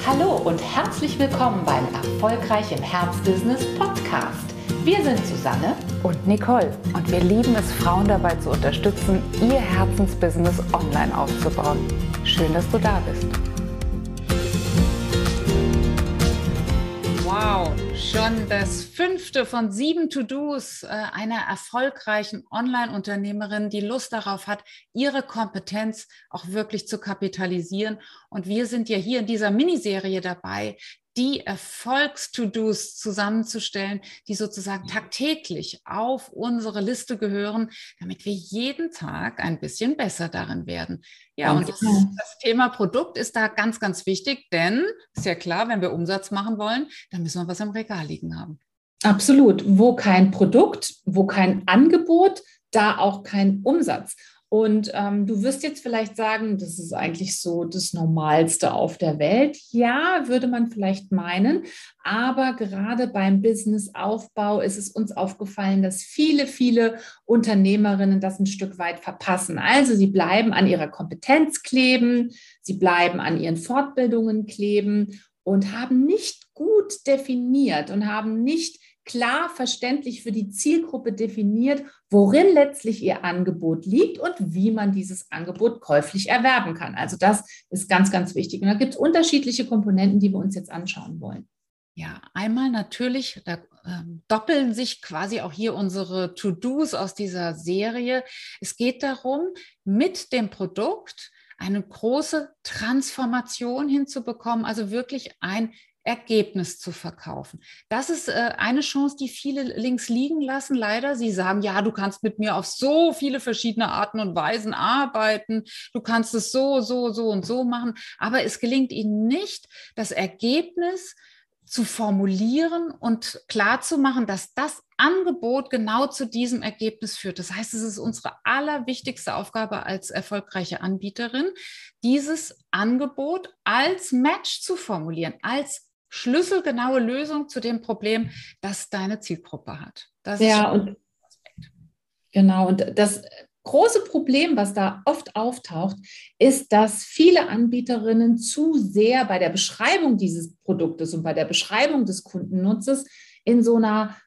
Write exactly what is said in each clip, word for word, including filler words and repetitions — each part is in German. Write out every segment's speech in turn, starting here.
Hallo und herzlich willkommen beim Erfolgreich im Herzbusiness Podcast. Wir sind Susanne und Nicole und wir lieben es, Frauen dabei zu unterstützen, ihr Herzensbusiness online aufzubauen. Schön, dass du da bist. Wow, schon das fünfte von sieben To-Dos einer erfolgreichen Online-Unternehmerin, die Lust darauf hat, ihre Kompetenz auch wirklich zu kapitalisieren. Und wir sind ja hier in dieser Miniserie dabei, die Erfolgs-To-Dos zusammenzustellen, die sozusagen tagtäglich auf unsere Liste gehören, damit wir jeden Tag ein bisschen besser darin werden. Ja, und das, das Thema Produkt ist da ganz, ganz wichtig, denn ist ja klar, wenn wir Umsatz machen wollen, dann müssen wir was im Regal liegen haben. Absolut. Wo kein Produkt, wo kein Angebot, da auch kein Umsatz. Und ähm, du wirst jetzt vielleicht sagen, das ist eigentlich so das Normalste auf der Welt. Ja, würde man vielleicht meinen. Aber gerade beim Businessaufbau ist es uns aufgefallen, dass viele, viele Unternehmerinnen das ein Stück weit verpassen. Also sie bleiben an ihrer Kompetenz kleben, sie bleiben an ihren Fortbildungen kleben und haben nicht gut definiert und haben nicht klar verständlich für die Zielgruppe definiert, worin letztlich ihr Angebot liegt und wie man dieses Angebot käuflich erwerben kann. Also das ist ganz, ganz wichtig. Und da gibt es unterschiedliche Komponenten, die wir uns jetzt anschauen wollen. Ja, einmal natürlich, da ähm, doppeln sich quasi auch hier unsere To-Dos aus dieser Serie. Es geht darum, mit dem Produkt eine große Transformation hinzubekommen, also wirklich ein Ergebnis zu verkaufen. Das ist äh, eine Chance, die viele links liegen lassen, leider. Sie sagen, ja, du kannst mit mir auf so viele verschiedene Arten und Weisen arbeiten. Du kannst es so, so, so und so machen. Aber es gelingt ihnen nicht, das Ergebnis zu formulieren und klar zu machen, dass das Angebot genau zu diesem Ergebnis führt. Das heißt, es ist unsere allerwichtigste Aufgabe als erfolgreiche Anbieterin, dieses Angebot als Match zu formulieren, als schlüsselgenaue Lösung zu dem Problem, das deine Zielgruppe hat. Das ja, ist und genau. Und das große Problem, was da oft auftaucht, ist, dass viele Anbieterinnen zu sehr bei der Beschreibung dieses Produktes und bei der Beschreibung des Kundennutzes in so einer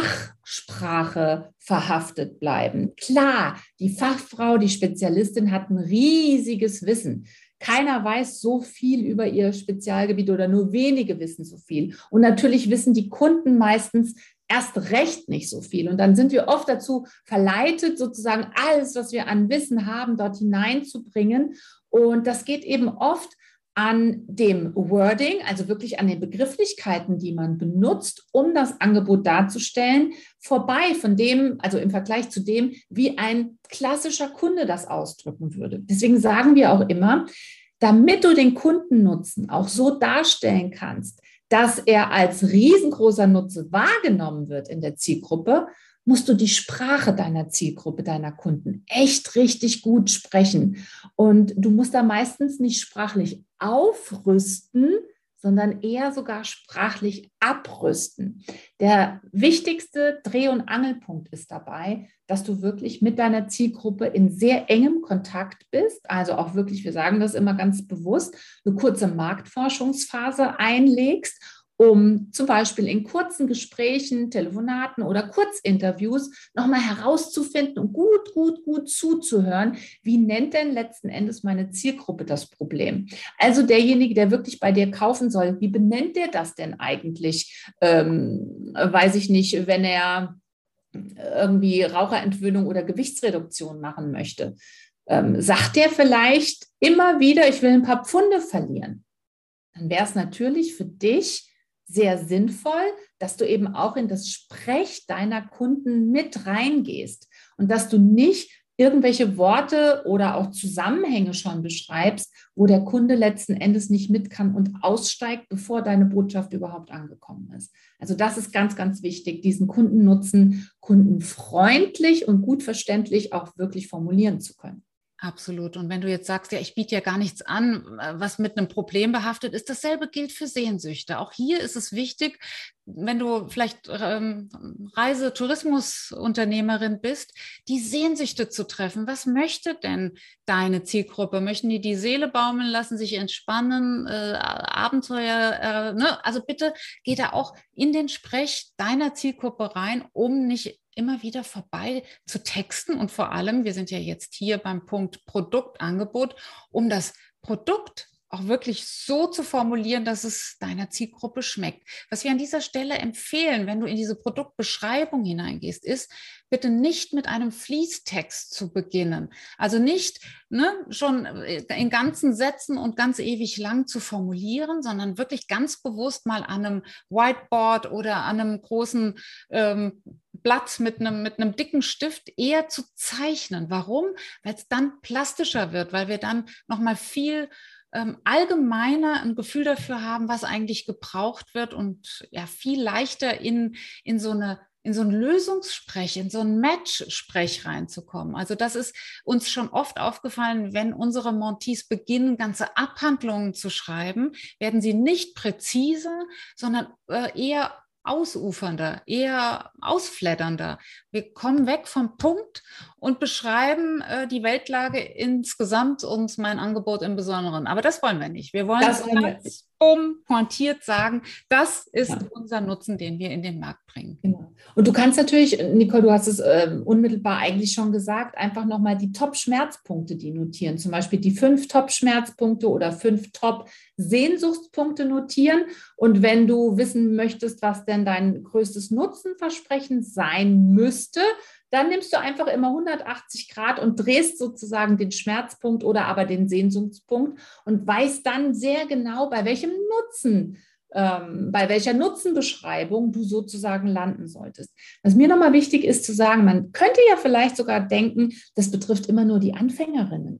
Fachsprache verhaftet bleiben. Klar, die Fachfrau, die Spezialistin hat ein riesiges Wissen. Keiner weiß so viel über ihr Spezialgebiet oder nur wenige wissen so viel. Und natürlich wissen die Kunden meistens erst recht nicht so viel. Und dann sind wir oft dazu verleitet, sozusagen alles, was wir an Wissen haben, dort hineinzubringen. Und das geht eben oft an dem Wording, also wirklich an den Begrifflichkeiten, die man benutzt, um das Angebot darzustellen, vorbei von dem, also im Vergleich zu dem, wie ein klassischer Kunde das ausdrücken würde. Deswegen sagen wir auch immer, damit du den Kundennutzen auch so darstellen kannst, dass er als riesengroßer Nutzer wahrgenommen wird in der Zielgruppe, musst du die Sprache deiner Zielgruppe, deiner Kunden echt richtig gut sprechen. Und du musst da meistens nicht sprachlich aufrüsten, sondern eher sogar sprachlich abrüsten. Der wichtigste Dreh- und Angelpunkt ist dabei, dass du wirklich mit deiner Zielgruppe in sehr engem Kontakt bist, also auch wirklich, wir sagen das immer ganz bewusst, eine kurze Marktforschungsphase einlegst, um zum Beispiel in kurzen Gesprächen, Telefonaten oder Kurzinterviews nochmal herauszufinden und gut, gut, gut zuzuhören, wie nennt denn letzten Endes meine Zielgruppe das Problem? Also derjenige, der wirklich bei dir kaufen soll, wie benennt der das denn eigentlich? Ähm, weiß ich nicht, wenn er irgendwie Raucherentwöhnung oder Gewichtsreduktion machen möchte. Ähm, sagt der vielleicht immer wieder, ich will ein paar Pfunde verlieren? Dann wäre es natürlich für dich sehr sinnvoll, dass du eben auch in das Sprech deiner Kunden mit reingehst und dass du nicht irgendwelche Worte oder auch Zusammenhänge schon beschreibst, wo der Kunde letzten Endes nicht mit kann und aussteigt, bevor deine Botschaft überhaupt angekommen ist. Also das ist ganz, ganz wichtig, diesen Kundennutzen kundenfreundlich und gut verständlich auch wirklich formulieren zu können. Absolut. Und wenn du jetzt sagst, ja, ich biete ja gar nichts an, was mit einem Problem behaftet ist, dasselbe gilt für Sehnsüchte. Auch hier ist es wichtig, wenn du vielleicht ähm, Reise-, Tourismusunternehmerin bist, die Sehnsüchte zu treffen. Was möchte denn deine Zielgruppe? Möchten die die Seele baumeln lassen, sich entspannen, äh, Abenteuer? Äh, ne? Also bitte geh da auch in den Sprech deiner Zielgruppe rein, um nicht immer wieder vorbei zu texten und vor allem, wir sind ja jetzt hier beim Punkt Produktangebot, um das Produkt auch wirklich so zu formulieren, dass es deiner Zielgruppe schmeckt. Was wir an dieser Stelle empfehlen, wenn du in diese Produktbeschreibung hineingehst, ist, bitte nicht mit einem Fließtext zu beginnen. Also nicht ne, schon in ganzen Sätzen und ganz ewig lang zu formulieren, sondern wirklich ganz bewusst mal an einem Whiteboard oder an einem großen ähm, Blatt mit einem, mit einem dicken Stift eher zu zeichnen. Warum? Weil es dann plastischer wird, weil wir dann nochmal viel ähm, allgemeiner ein Gefühl dafür haben, was eigentlich gebraucht wird und ja viel leichter in, in so eine in so ein Lösungssprech, in so ein Match-Sprech reinzukommen. Also das ist uns schon oft aufgefallen, wenn unsere Mentees beginnen, ganze Abhandlungen zu schreiben, werden sie nicht präziser, sondern äh, eher ausufernder, eher ausfleddernder. Wir kommen weg vom Punkt und beschreiben äh, die Weltlage insgesamt und mein Angebot im Besonderen. Aber das wollen wir nicht. Wir wollen Das wollen wir ganz bumm, pointiert sagen, das ist Ja. unser Nutzen, den wir in den Markt bringen. Genau. Und du kannst natürlich, Nicole, du hast es äh, unmittelbar eigentlich schon gesagt, einfach nochmal die Top-Schmerzpunkte, die notieren. Zum Beispiel die fünf Top-Schmerzpunkte oder fünf Top-Sehnsuchtspunkte notieren. Und wenn du wissen möchtest, was denn dein größtes Nutzenversprechen sein müsste, dann nimmst du einfach immer hundertachtzig Grad und drehst sozusagen den Schmerzpunkt oder aber den Sehnsuchtspunkt und weißt dann sehr genau, bei welchem Nutzen, ähm, bei welcher Nutzenbeschreibung du sozusagen landen solltest. Was mir nochmal wichtig ist zu sagen, man könnte ja vielleicht sogar denken, das betrifft immer nur die Anfängerinnen.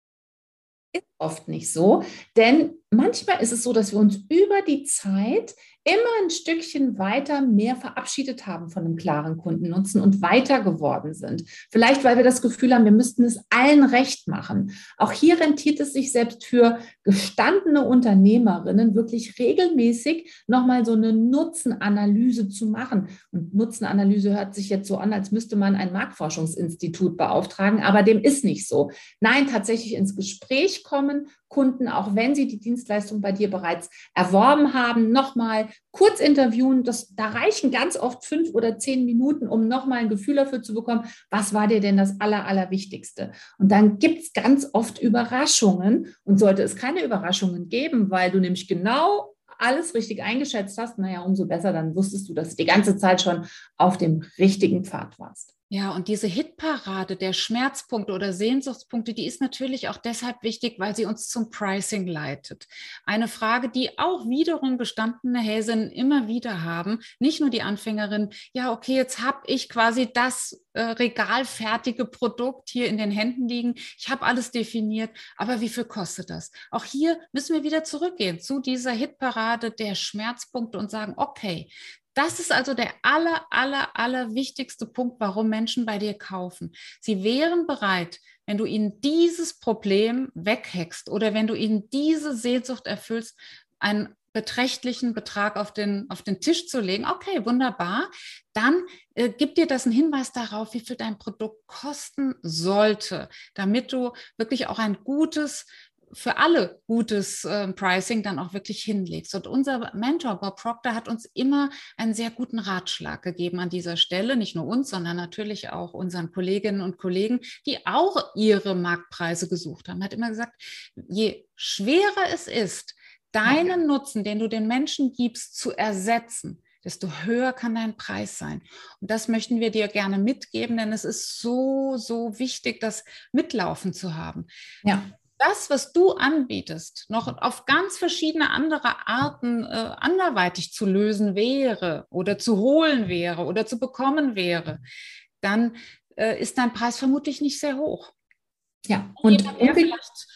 Ist oft nicht so, denn manchmal ist es so, dass wir uns über die Zeit immer ein Stückchen weiter mehr verabschiedet haben von einem klaren Kundennutzen und weiter geworden sind. Vielleicht, weil wir das Gefühl haben, wir müssten es allen recht machen. Auch hier rentiert es sich selbst für gestandene Unternehmerinnen wirklich regelmäßig nochmal so eine Nutzenanalyse zu machen. Und Nutzenanalyse hört sich jetzt so an, als müsste man ein Marktforschungsinstitut beauftragen, aber dem ist nicht so. Nein, tatsächlich ins Gespräch kommen, Kunden, auch wenn sie die Dienstleistung bei dir bereits erworben haben, nochmal kurz interviewen. Das, da reichen ganz oft fünf oder zehn Minuten, um nochmal ein Gefühl dafür zu bekommen, was war dir denn das Aller, Allerwichtigste? Und dann gibt es ganz oft Überraschungen. Und sollte es keine Überraschungen geben, weil du nämlich genau alles richtig eingeschätzt hast, naja, umso besser, dann wusstest du, dass du die ganze Zeit schon auf dem richtigen Pfad warst. Ja, und diese Hitparade der Schmerzpunkte oder Sehnsuchtspunkte, die ist natürlich auch deshalb wichtig, weil sie uns zum Pricing leitet. Eine Frage, die auch wiederum gestandene Häsinnen immer wieder haben, nicht nur die Anfängerin, ja, okay, jetzt habe ich quasi das äh, regalfertige Produkt hier in den Händen liegen, ich habe alles definiert, aber wie viel kostet das? Auch hier müssen wir wieder zurückgehen zu dieser Hitparade der Schmerzpunkte und sagen, okay, das ist also der aller, aller, aller wichtigste Punkt, warum Menschen bei dir kaufen. Sie wären bereit, wenn du ihnen dieses Problem weghackst oder wenn du ihnen diese Sehnsucht erfüllst, einen beträchtlichen Betrag auf den, auf den Tisch zu legen. Okay, wunderbar. Dann äh, gibt dir das einen Hinweis darauf, wie viel dein Produkt kosten sollte, damit du wirklich auch ein gutes, für alle gutes äh, Pricing dann auch wirklich hinlegst. Und unser Mentor Bob Proctor hat uns immer einen sehr guten Ratschlag gegeben an dieser Stelle, nicht nur uns, sondern natürlich auch unseren Kolleginnen und Kollegen, die auch ihre Marktpreise gesucht haben. Er hat immer gesagt, je schwerer es ist, deinen Nutzen, den du den Menschen gibst, zu ersetzen, desto höher kann dein Preis sein. Und das möchten wir dir gerne mitgeben, denn es ist so, so wichtig, das mitlaufen zu haben. Ja. Das, was du anbietest, noch auf ganz verschiedene andere Arten äh, anderweitig zu lösen wäre oder zu holen wäre oder zu bekommen wäre, dann äh, ist dein Preis vermutlich nicht sehr hoch. Ja, und jemand, der vielleicht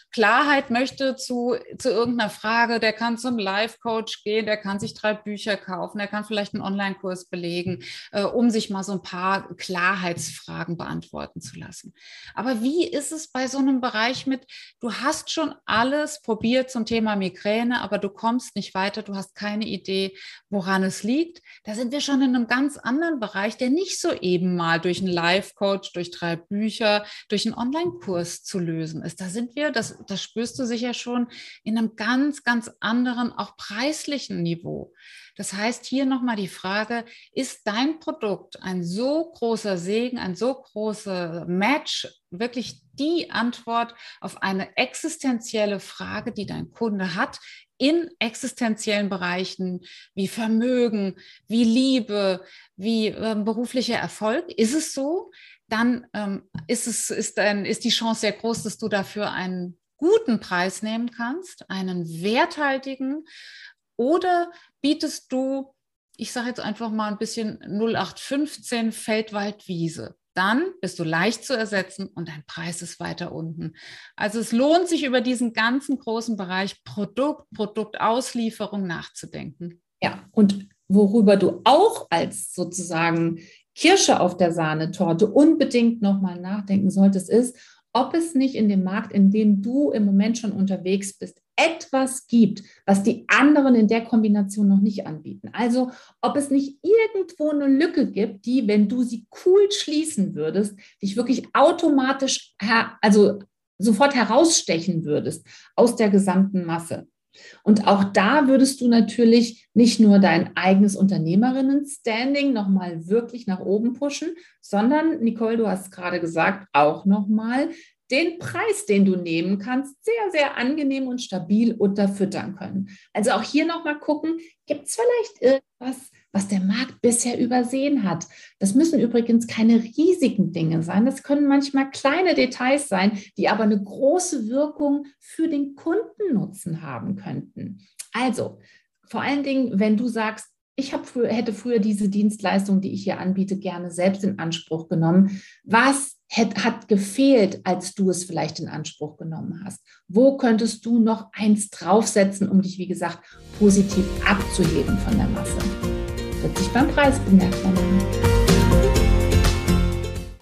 Klarheit möchte zu, zu irgendeiner Frage, der kann zum Life-Coach gehen, der kann sich drei Bücher kaufen, der kann vielleicht einen Online-Kurs belegen, äh, um sich mal so ein paar Klarheitsfragen beantworten zu lassen. Aber wie ist es bei so einem Bereich mit, du hast schon alles probiert zum Thema Migräne, aber du kommst nicht weiter, du hast keine Idee, woran es liegt. Da sind wir schon in einem ganz anderen Bereich, der nicht so eben mal durch einen Life-Coach, durch drei Bücher, durch einen Online-Kurs zu lösen ist. Da sind wir, das, das spürst du sicher schon, in einem ganz, ganz anderen, auch preislichen Niveau. Das heißt, hier nochmal die Frage, ist dein Produkt ein so großer Segen, ein so großer Match, wirklich die Antwort auf eine existenzielle Frage, die dein Kunde hat, in existenziellen Bereichen wie Vermögen, wie Liebe, wie äh, beruflicher Erfolg? Ist es so? Dann ähm, ist, es, ist, ein, ist die Chance sehr groß, dass du dafür einen guten Preis nehmen kannst, einen werthaltigen. Oder bietest du, ich sage jetzt einfach mal ein bisschen null acht fünfzehn Feld, Wald, Wiese. Dann bist du leicht zu ersetzen und dein Preis ist weiter unten. Also es lohnt sich, über diesen ganzen großen Bereich Produkt, Produktauslieferung nachzudenken. Ja, und worüber du auch als sozusagen Kirsche auf der Sahnetorte unbedingt nochmal nachdenken solltest, ist, ob es nicht in dem Markt, in dem du im Moment schon unterwegs bist, etwas gibt, was die anderen in der Kombination noch nicht anbieten. Also ob es nicht irgendwo eine Lücke gibt, die, wenn du sie cool schließen würdest, dich wirklich automatisch, also sofort herausstechen würdest aus der gesamten Masse. Und auch da würdest du natürlich nicht nur dein eigenes Unternehmerinnen-Standing nochmal wirklich nach oben pushen, sondern, Nicole, du hast gerade gesagt, auch nochmal den Preis, den du nehmen kannst, sehr, sehr angenehm und stabil unterfüttern können. Also auch hier nochmal gucken, gibt es vielleicht irgendwas, was der Markt bisher übersehen hat? Das müssen übrigens keine riesigen Dinge sein. Das können manchmal kleine Details sein, die aber eine große Wirkung für den Kundennutzen haben könnten. Also vor allen Dingen, wenn du sagst, ich hab früher, hätte früher diese Dienstleistung, die ich hier anbiete, gerne selbst in Anspruch genommen. Was hat, hat gefehlt, als du es vielleicht in Anspruch genommen hast? Wo könntest du noch eins draufsetzen, um dich, wie gesagt, positiv abzuheben von der Masse? Wird sich beim Preis bemerkbar machen.